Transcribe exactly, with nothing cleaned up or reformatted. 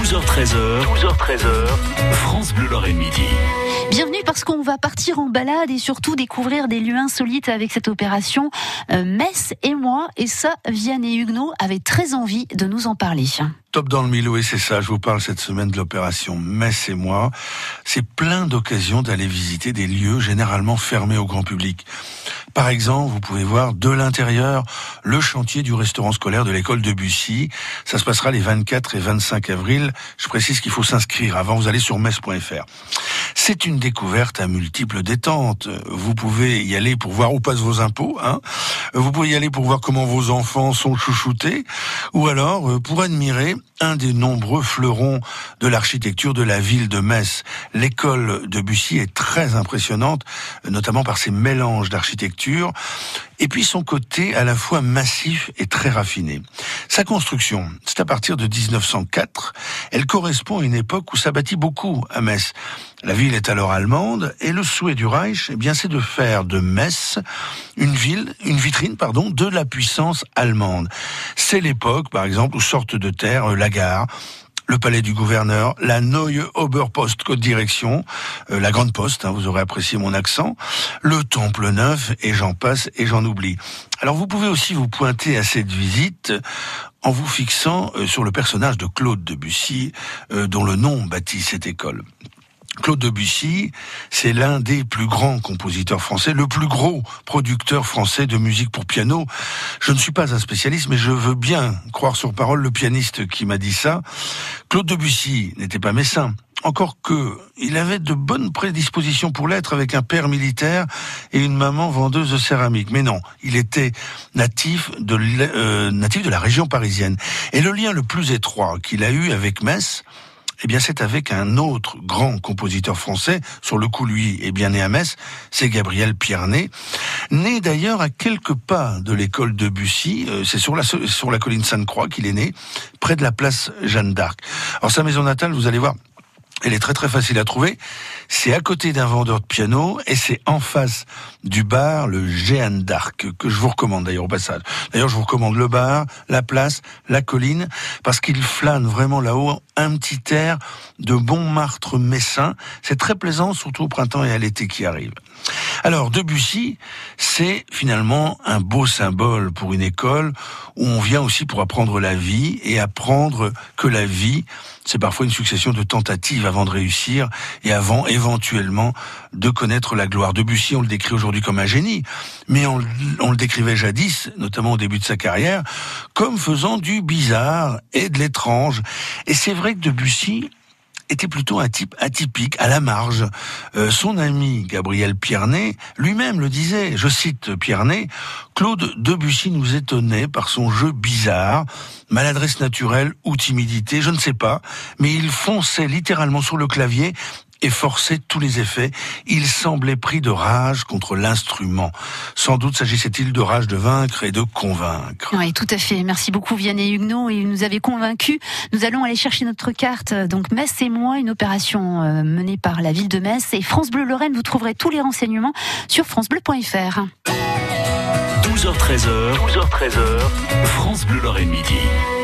douze heures treize, douze heures treize, France Bleu Lorraine Midi. Bienvenue parce qu'on va partir en balade et surtout découvrir des lieux insolites avec cette opération euh, Metz et moi. Et ça, Vianney Huguenot avait très envie de nous en parler. Top dans le mille, oui, c'est ça. Je vous parle cette semaine de l'opération Metz et moi. C'est plein d'occasions d'aller visiter des lieux généralement fermés au grand public. Par exemple, vous pouvez voir de l'intérieur le chantier du restaurant scolaire de l'école de Bussy. Ça se passera les vingt-quatre et vingt-cinq avril. Je précise qu'il faut s'inscrire avant, vous allez sur metz point f r. C'est une découverte à multiples détentes. Vous pouvez y aller pour voir où passent vos impôts, hein. Vous pouvez y aller pour voir comment vos enfants sont chouchoutés, ou alors pour admirer un des nombreux fleurons de l'architecture de la ville de Metz. L'école de Bussy est très impressionnante, notamment par ses mélanges d'architecture, et puis son côté à la fois massif et très raffiné. Sa construction, c'est à partir de dix-neuf cent quatre. Elle correspond à une époque où ça bâtit beaucoup à Metz. La ville est alors allemande, et le souhait du Reich, eh bien, c'est de faire de Metz une ville, une vitrine, pardon, de la puissance allemande. C'est l'époque, par exemple, où sortent de terre la gare, le palais du gouverneur, la Neue Oberpost Côte Direction, euh, la Grande Poste, hein, vous aurez apprécié mon accent, le Temple Neuf, et j'en passe et j'en oublie. Alors vous pouvez aussi vous pointer à cette visite en vous fixant euh, sur le personnage de Claude Debussy, euh, dont le nom bâtit cette école. Claude Debussy, c'est l'un des plus grands compositeurs français, le plus gros producteur français de musique pour piano. Je ne suis pas un spécialiste, mais je veux bien croire sur parole le pianiste qui m'a dit ça. Claude Debussy n'était pas messin. Encore que, il avait de bonnes prédispositions pour l'être, avec un père militaire et une maman vendeuse de céramique. Mais non, il était natif de, euh, natif de la région parisienne. Et le lien le plus étroit qu'il a eu avec Metz, eh bien, c'est avec un autre grand compositeur français, sur le coup, lui, est bien né à Metz, c'est Gabriel Pierné, né d'ailleurs à quelques pas de l'école de Bussy, euh, c'est sur la, sur la colline Sainte-Croix qu'il est né, près de la place Jeanne d'Arc. Alors, sa maison natale, vous allez voir, elle est très très facile à trouver. C'est à côté d'un vendeur de piano et c'est en face du bar, le Jeanne d'Arc, que je vous recommande d'ailleurs au passage. D'ailleurs, je vous recommande le bar, la place, la colline, parce qu'il flâne vraiment là-haut un petit air de Montmartre messin. C'est très plaisant, surtout au printemps et à l'été qui arrive. Alors, Debussy, c'est finalement un beau symbole pour une école où on vient aussi pour apprendre la vie et apprendre que la vie, c'est parfois une succession de tentatives avant de réussir et avant éventuellement de connaître la gloire. Debussy, on le décrit aujourd'hui comme un génie, mais on, on le décrivait jadis, notamment au début de sa carrière, comme faisant du bizarre et de l'étrange. Et c'est vrai que Debussy était plutôt un type atypique, à la marge. Euh, son ami Gabriel Pierné lui-même le disait, je cite Pierné, « Claude Debussy nous étonnait par son jeu bizarre, maladresse naturelle ou timidité, je ne sais pas, mais il fonçait littéralement sur le clavier et forçait tous les effets. Il semblait pris de rage contre l'instrument. Sans doute s'agissait-il de rage de vaincre et de convaincre. » Oui, tout à fait. Merci beaucoup Vianney Huguenot. Il nous avait convaincus. Nous allons aller chercher notre carte. Donc Metz et moi, une opération euh, menée par la ville de Metz. Et France Bleu Lorraine, vous trouverez tous les renseignements sur francebleu point f r. douze heures treize, douze heures treize, France Bleu Lorraine Midi.